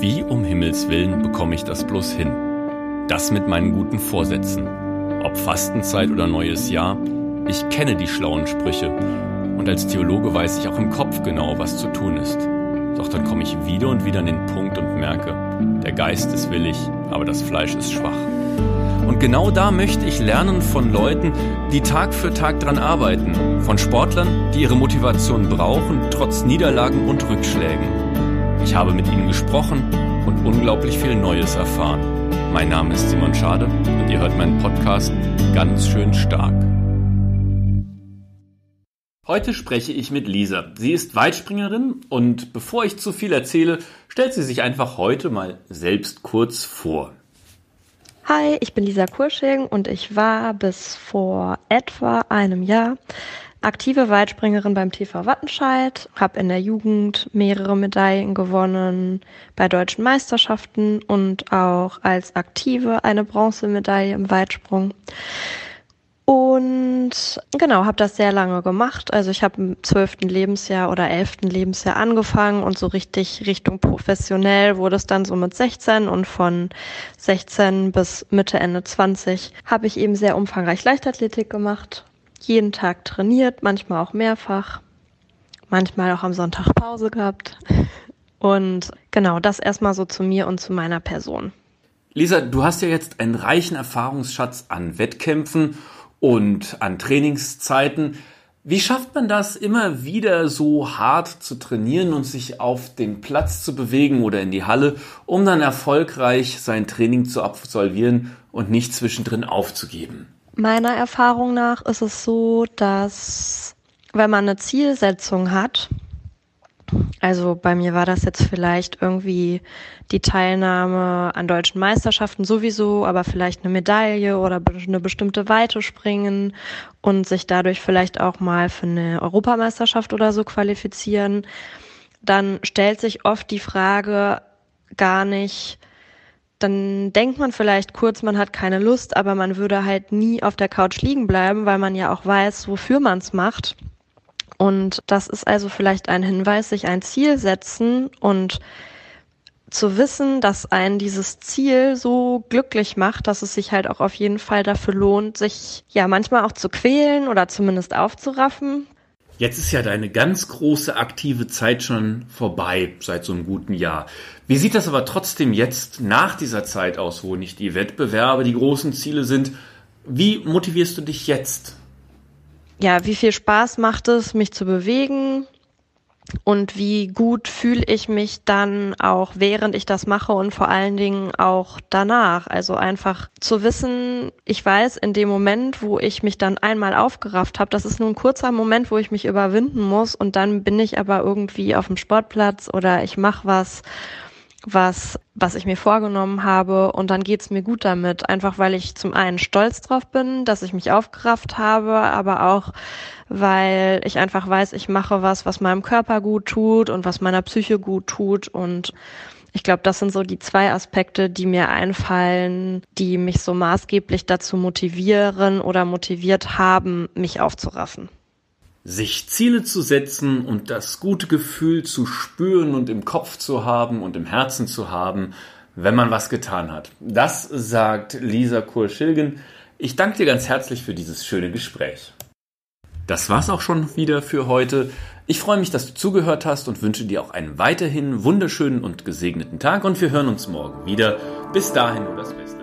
Wie um Himmels Willen bekomme ich das bloß hin? Das mit meinen guten Vorsätzen. Ob Fastenzeit oder neues Jahr, ich kenne die schlauen Sprüche. Und als Theologe weiß ich auch im Kopf genau, was zu tun ist. Doch dann komme ich wieder und wieder an den Punkt und merke, der Geist ist willig, aber das Fleisch ist schwach. Und genau da möchte ich lernen von Leuten, die Tag für Tag dran arbeiten. Von Sportlern, die ihre Motivation brauchen, trotz Niederlagen und Rückschlägen. Ich habe mit ihnen gesprochen und unglaublich viel Neues erfahren. Mein Name ist Simon Schade und ihr hört meinen Podcast ganz schön stark. Heute spreche ich mit Lisa. Sie ist Weitspringerin und bevor ich zu viel erzähle, stellt sie sich einfach heute mal selbst kurz vor. Hi, ich bin Lisa Kursching und ich war bis vor etwa einem Jahr aktive Weitspringerin beim TV Wattenscheid, habe in der Jugend mehrere Medaillen gewonnen bei deutschen Meisterschaften und auch als Aktive eine Bronzemedaille im Weitsprung. Und genau, habe das sehr lange gemacht. Also ich habe im 12. Lebensjahr oder 11. Lebensjahr angefangen und so richtig Richtung professionell wurde es dann so mit 16 und von 16 bis Mitte, Ende 20 habe ich eben sehr umfangreich Leichtathletik gemacht. Jeden Tag trainiert, manchmal auch mehrfach, manchmal auch am Sonntag Pause gehabt. Und genau, das erstmal so zu mir und zu meiner Person. Lisa, du hast ja jetzt einen reichen Erfahrungsschatz an Wettkämpfen und an Trainingszeiten. Wie schafft man das, immer wieder so hart zu trainieren und sich auf den Platz zu bewegen oder in die Halle, um dann erfolgreich sein Training zu absolvieren und nicht zwischendrin aufzugeben? Meiner Erfahrung nach ist es so, dass wenn man eine Zielsetzung hat, also bei mir war das jetzt vielleicht irgendwie die Teilnahme an deutschen Meisterschaften sowieso, aber vielleicht eine Medaille oder eine bestimmte Weite springen und sich dadurch vielleicht auch mal für eine Europameisterschaft oder so qualifizieren, dann stellt sich oft die Frage gar nicht. Dann denkt man vielleicht kurz, man hat keine Lust, aber man würde halt nie auf der Couch liegen bleiben, weil man ja auch weiß, wofür man es macht. Und das ist also vielleicht ein Hinweis, sich ein Ziel setzen und zu wissen, dass einen dieses Ziel so glücklich macht, dass es sich halt auch auf jeden Fall dafür lohnt, sich ja manchmal auch zu quälen oder zumindest aufzuraffen. Jetzt ist ja deine ganz große aktive Zeit schon vorbei, seit so einem guten Jahr. Wie sieht das aber trotzdem jetzt nach dieser Zeit aus, wo nicht die Wettbewerbe die großen Ziele sind? Wie motivierst du dich jetzt? Ja, wie viel Spaß macht es, mich zu bewegen? Und wie gut fühle ich mich dann auch, während ich das mache und vor allen Dingen auch danach. Also einfach zu wissen, ich weiß, in dem Moment, wo ich mich dann einmal aufgerafft habe, das ist nur ein kurzer Moment, wo ich mich überwinden muss und dann bin ich aber irgendwie auf dem Sportplatz oder ich mache was ich mir vorgenommen habe und dann geht's mir gut damit. Einfach weil ich zum einen stolz drauf bin, dass ich mich aufgerafft habe, aber auch weil ich einfach weiß, ich mache was meinem Körper gut tut und was meiner Psyche gut tut. Und ich glaube, das sind so die zwei Aspekte, die mir einfallen, die mich so maßgeblich dazu motivieren oder motiviert haben, mich aufzuraffen. Sich Ziele zu setzen und das gute Gefühl zu spüren und im Kopf zu haben und im Herzen zu haben, wenn man was getan hat. Das sagt Lisa Kurschilgen. Ich danke dir ganz herzlich für dieses schöne Gespräch. Das war's auch schon wieder für heute. Ich freue mich, dass du zugehört hast und wünsche dir auch einen weiterhin wunderschönen und gesegneten Tag und wir hören uns morgen wieder. Bis dahin nur das Beste.